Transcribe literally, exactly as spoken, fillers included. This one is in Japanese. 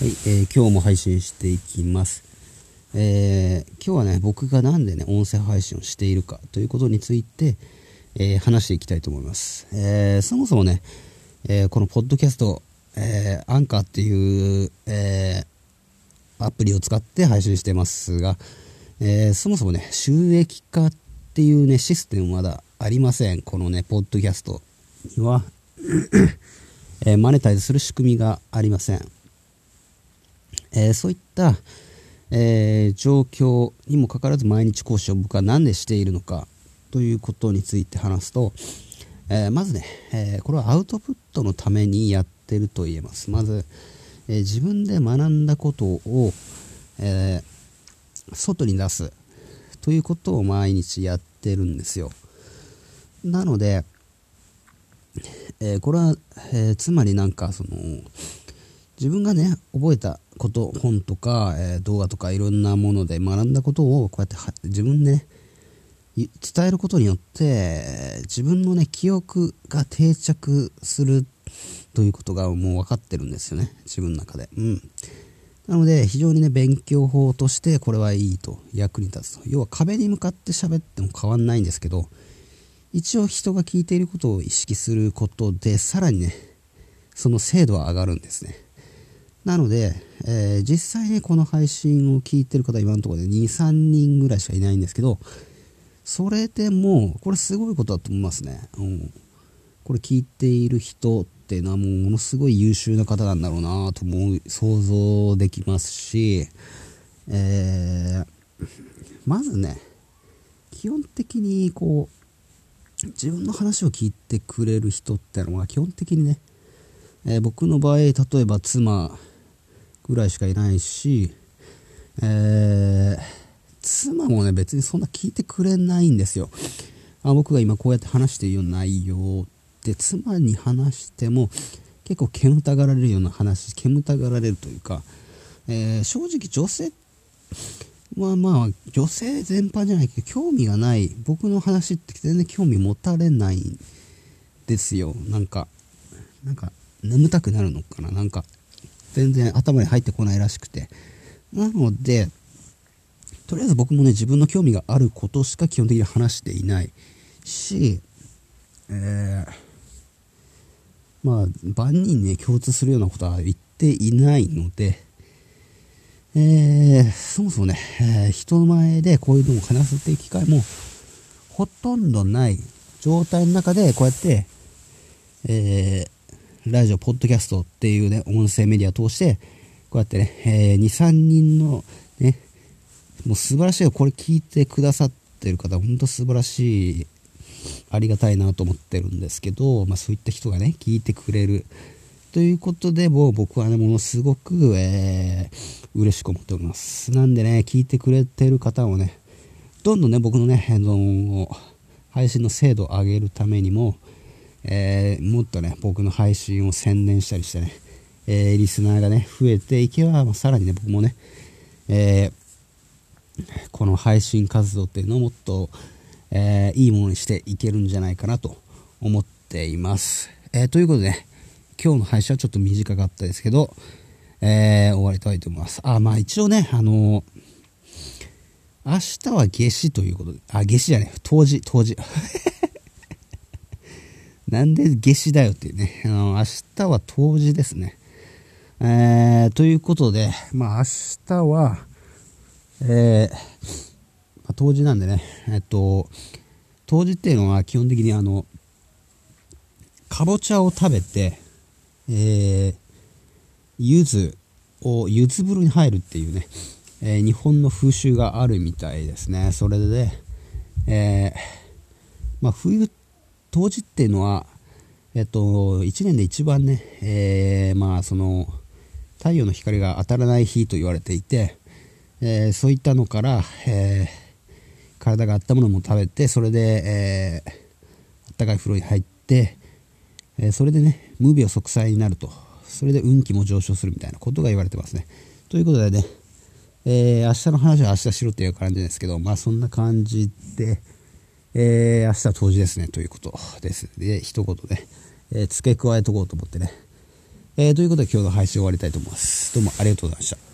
はい、えー、今日も配信していきます。えー、今日はね、僕がなんでね、音声配信をしているかということについて、えー、話していきたいと思います。えー、そもそもね、えー、このポッドキャスト、えー、アンカーっていう、えー、アプリを使って配信してますが、えー、そもそもね、収益化っていうね、システムまだありません。このね、ポッドキャストには、えー、マネタイズする仕組みがありません。えー、そういった、えー、状況にもかかわらず毎日講師を僕は何でしているのかということについて話すと、えー、まずね、えー、これはアウトプットのためにやってると言えます。まず、えー、自分で学んだことを、えー、外に出すということを毎日やってるんですよ。なので、えー、これは、えー、つまりなんかその自分がね覚えたこと本とか、えー、動画とかいろんなもので学んだことをこうやっては自分でね伝えることによって、えー、自分のね記憶が定着するということがもう分かってるんですよね、自分の中で。うんなので非常にね勉強法としてこれはいいと、役に立つと。要は壁に向かって喋っても変わんないんですけど、一応人が聞いていることを意識することでさらにねその精度は上がるんですね。なので、えー、実際にこの配信を聞いてる方今のところでに、さんにんぐらいしかいないんですけど、それでもこれすごいことだと思いますね。うん、これ聞いている人っていうのはもうものすごい優秀な方なんだろうなと思う想像できますし、えー、まずね基本的にこう自分の話を聞いてくれる人ってのは基本的にね、えー、僕の場合例えば妻ぐらいしかいないし、えー、妻もね別にそんな聞いてくれないんですよ。あ僕が今こうやって話しているような内容って妻に話しても結構煙たがられるような話、煙たがられるというか、えー、正直女性はまあ女性全般じゃないけど興味がない、僕の話って全然興味持たれないんですよ。なんかなんか眠たくなるのかな、なんか全然頭に入ってこないらしくて。なのでとりあえず僕もね自分の興味があることしか基本的に話していないし、えー、まあ万人ね共通するようなことは言っていないので、えー、そもそもね、えー、人前でこういうのを話すっていう機会もほとんどない状態の中でこうやって、えー、ラジオポッドキャストっていうね音声メディアを通してこうやってね、えー、に、さんにんのねもう素晴らしいよ、これ聞いてくださってる方本当素晴らしい、ありがたいなと思ってるんですけど、まあ、そういった人がね聞いてくれるということでもう僕はねものすごく、えー、嬉しく思っております。なんでね聞いてくれてる方をねどんどんね僕のね、あのー、配信の精度を上げるためにも、えー、もっとね僕の配信を宣伝したりしてね、えー、リスナーがね増えていけば、まあ、さらにね僕もね、えーこの配信活動っていうのをもっと、えー、いいものにしていけるんじゃないかなと思っています。えー、ということでね、今日の配信はちょっと短かったですけど、えー、終わりたいと思います。あ、まあ一応ね、あのー、明日は夏至ということで、あ、夏至じゃねえ、冬至、冬至。なんで夏至だよっていうね、あのー、明日は冬至ですね。えー、ということで、まあ明日は、えーまあ、冬至なんでね、えっと冬至っていうのは基本的にあのかぼちゃを食べて、えー、柚子を柚子風呂に入るっていうね、えー、日本の風習があるみたいですね。それで、えー、まあ冬冬至っていうのはえっといちねんで一番ね、えー、まあその太陽の光が当たらない日と言われていて、えー、そういったのから、えー、体が温まるものを食べて、それで、えー、温かい風呂に入って、えー、それでね無病息災になると、それで運気も上昇するみたいなことが言われてますね。ということでね、えー、明日の話は明日しろっていう感じですけど、まあそんな感じで、えー、明日は冬至ですねということです。で一言で、えー、付け加えとこうと思ってね、 えー、ということで今日の配信終わりたいと思います。どうもありがとうございました。